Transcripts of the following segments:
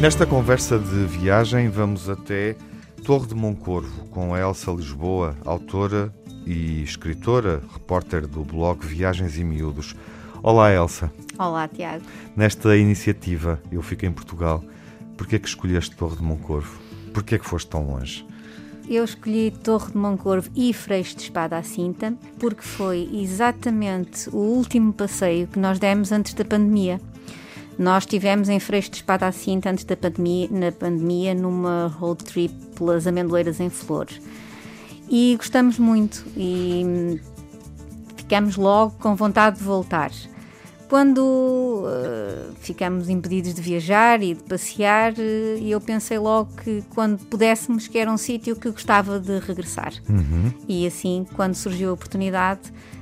Nesta conversa de viagem vamos até Torre de Moncorvo com a Elsa Lisboa, autora e escritora, repórter do blog Viagens e Miúdos. Olá, Elsa. Olá, Tiago. Nesta iniciativa Eu Fico em Portugal, porquê é que escolheste Torre de Moncorvo? Porquê é que foste tão longe? Eu escolhi Torre de Moncorvo e Freixo de Espada à Cinta porque foi exatamente o último passeio que nós demos antes da pandemia. Nós estivemos em Freixo de Espada à Cinta antes da pandemia, numa road trip pelas Amendoeiras em Flor. E gostamos muito e ficamos logo com vontade de voltar. Quando ficamos impedidos de viajar e de passear, eu pensei logo que quando pudéssemos, que era um sítio que gostava de regressar. E assim, quando surgiu a oportunidade,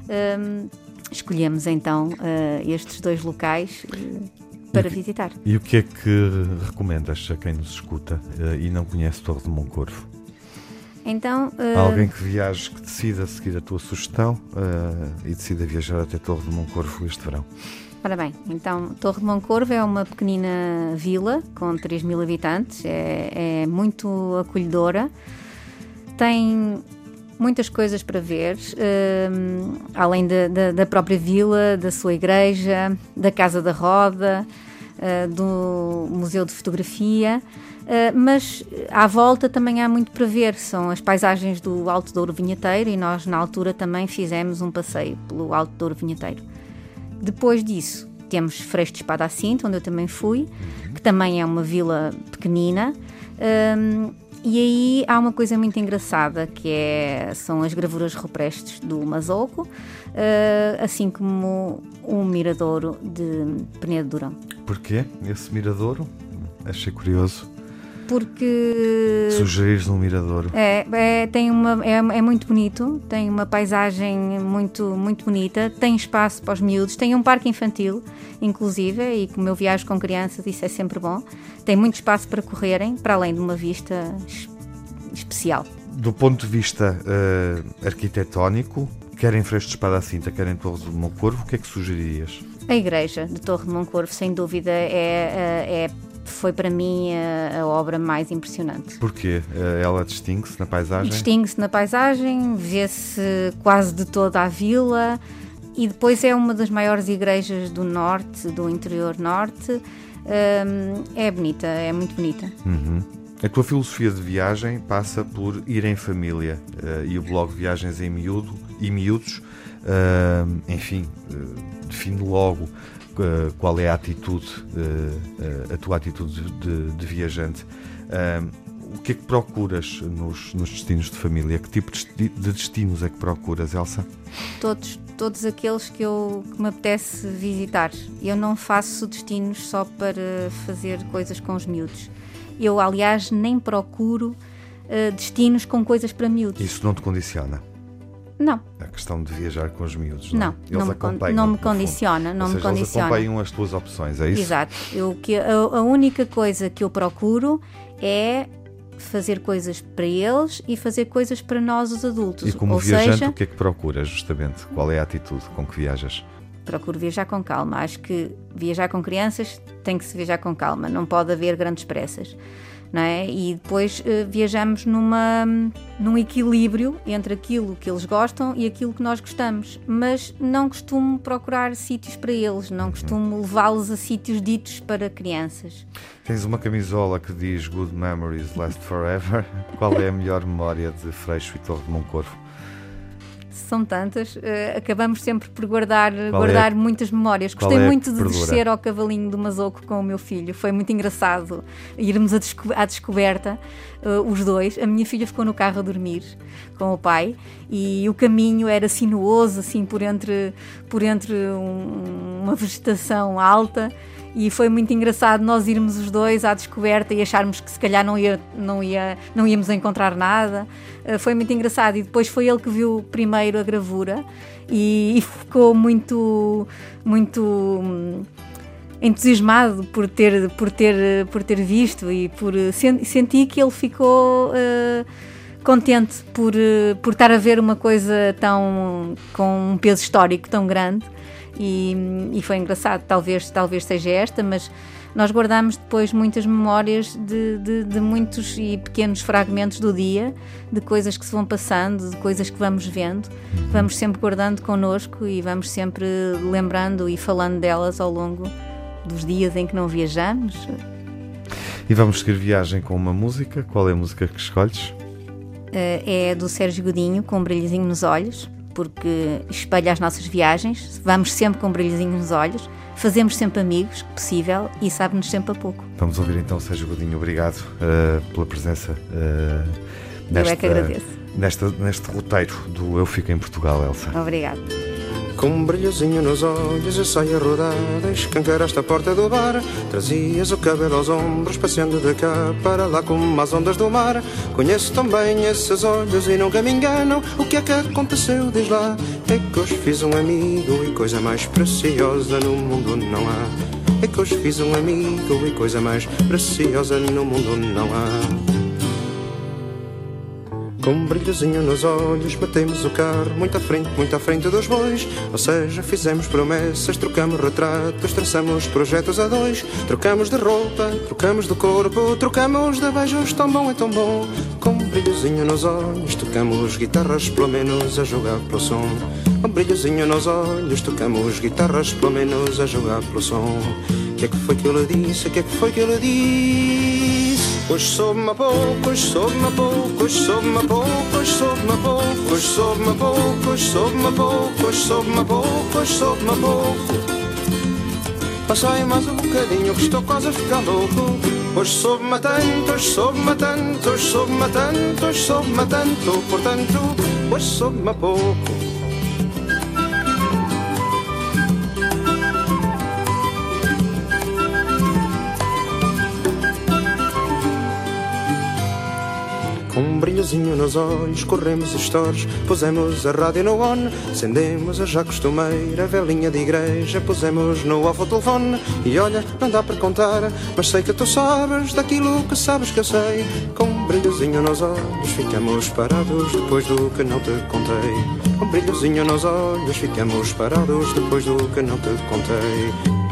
escolhemos então estes dois locais para visitar. E o que é que recomendas a quem nos escuta e não conhece Torre de Moncorvo? Então, alguém que viaje, que decida seguir a tua sugestão e decida viajar até Torre de Moncorvo este verão. Ora bem, então Torre de Moncorvo é uma pequenina vila com 3.000 habitantes, é muito acolhedora, tem muitas coisas para ver, além da própria vila, da sua igreja, da Casa da Roda, do Museu de Fotografia. Mas à volta também há muito para ver, são as paisagens do Alto Douro Vinheteiro e nós na altura também fizemos um passeio pelo Alto Douro Vinheteiro. Depois disso temos Freixo de Espada à Cinta, onde eu também fui, que também é uma vila pequenina, e aí há uma coisa muito engraçada que são as gravuras rupestres do Mazoco, assim como o miradouro de Penedo de Durão. Porquê esse miradouro? Achei curioso. Porque sugerires um miradouro. É muito bonito, tem uma paisagem muito, muito bonita, tem espaço para os miúdos, tem um parque infantil, inclusive, e como eu viajo com crianças, isso é sempre bom. Tem muito espaço para correrem, para além de uma vista especial. Do ponto de vista arquitetónico, quer em Freixo de Espada à Cinta, quer em Torre de Moncorvo, o que é que sugeririas? A igreja de Torre de Moncorvo, sem dúvida, foi para mim a obra mais impressionante. Porquê? Ela distingue-se na paisagem? Distingue-se na paisagem, vê-se quase de toda a vila e depois é uma das maiores igrejas do norte, do interior norte. É bonita, é muito bonita. A tua filosofia de viagem passa por ir em família e o blog Viagens em Miúdos, enfim, define logo qual é a atitude, a tua atitude de viajante. O que é que procuras nos destinos de família? Que tipo de destinos é que procuras, Elsa? Todos aqueles que me apetece visitar. Eu não faço destinos só para fazer coisas com os miúdos. Eu, aliás, nem procuro destinos com coisas para miúdos. Isso não te condiciona? Não. A questão de viajar com os miúdos, não é? Eles acompanham. Não me condiciona. Eles acompanham as tuas opções, é isso? Exato. A única coisa que eu procuro é fazer coisas para eles e fazer coisas para nós, os adultos. E como viajante, o que é que procuras, justamente? Qual é a atitude com que viajas? Procuro viajar com calma. Acho que viajar com crianças tem que se viajar com calma. Não pode haver grandes pressas. Não é? E depois viajamos num equilíbrio entre aquilo que eles gostam e aquilo que nós gostamos, mas não costumo procurar sítios para eles, não costumo levá-los a sítios ditos para crianças. Tens uma camisola que diz Good Memories Last Forever. Qual é a melhor memória de Freixo e Torre de Moncorvo? São tantas, acabamos sempre por guardar muitas memórias. Gostei muito de descer ao cavalinho do Mazoco com o meu filho, foi muito engraçado irmos à descoberta, os dois. A minha filha ficou no carro a dormir com o pai e o caminho era sinuoso, assim, por entre uma vegetação alta. E foi muito engraçado nós irmos os dois à descoberta e acharmos que se calhar não íamos encontrar nada. Foi muito engraçado. E depois foi ele que viu primeiro a gravura e ficou muito, muito entusiasmado por ter visto e senti que ele ficou contente por estar a ver uma coisa com um peso histórico tão grande. E foi engraçado, talvez seja esta, mas nós guardamos depois muitas memórias de muitos e pequenos fragmentos do dia, de coisas que se vão passando, de coisas que vamos vendo. Vamos sempre guardando connosco e vamos sempre lembrando e falando delas ao longo dos dias em que não viajamos. E vamos seguir viagem com uma música. Qual é a música que escolhes? É do Sérgio Godinho, Com um Brilhozinho nos Olhos, porque espelha as nossas viagens. Vamos sempre com um brilhozinho nos olhos, fazemos sempre amigos, possível, e sabe-nos sempre a pouco. Vamos ouvir então Sérgio Godinho. Obrigado pela presença Eu é que agradeço. Neste roteiro do Eu Fico em Portugal, Elsa. Obrigado. Com um brilhozinho nos olhos eu saio a rodar, escancaraste a porta do bar, trazias o cabelo aos ombros, passeando de cá para lá como as ondas do mar. Conheço tão bem esses olhos e nunca me enganam. O que é que aconteceu, diz lá? É que hoje fiz um amigo e coisa mais preciosa no mundo não há. É que hoje fiz um amigo e coisa mais preciosa no mundo não há. Com um brilhozinho nos olhos batemos o carro muito à frente dos bois. Ou seja, fizemos promessas, trocamos retratos, traçamos projetos a dois. Trocamos de roupa, trocamos de corpo, trocamos de beijos, tão bom é tão bom. Com um brilhozinho nos olhos tocamos guitarras pelo menos a jogar pelo som. Com um brilhozinho nos olhos tocamos guitarras pelo menos a jogar pelo som. Que é que foi que eu lhe disse? Que é que foi que eu lhe disse? Hoje soube-me a pouco, hoje soube-me a pouco, hoje soube-me a pouco, hoje soube-me a pouco, hoje soube-me a pouco, hoje soube-me a pouco, hoje soube-me a pouco, hoje soube-me a pouco. Passei mais um bocadinho que estou quase a ficar louco. Hoje soube-me a tanto, hoje soube-me a tanto, hoje soube-me a tanto, hoje soube-me a tanto, portanto, hoje soube-me a pouco. Com um brilhozinho nos olhos, corremos stories, pusemos a rádio no on, acendemos a já costumeira velhinha de igreja, pusemos no off o telefone. E olha, não dá para contar, mas sei que tu sabes daquilo que sabes que eu sei. Com um brilhozinho nos olhos, ficamos parados depois do que não te contei. Com um brilhozinho nos olhos, ficamos parados depois do que não te contei.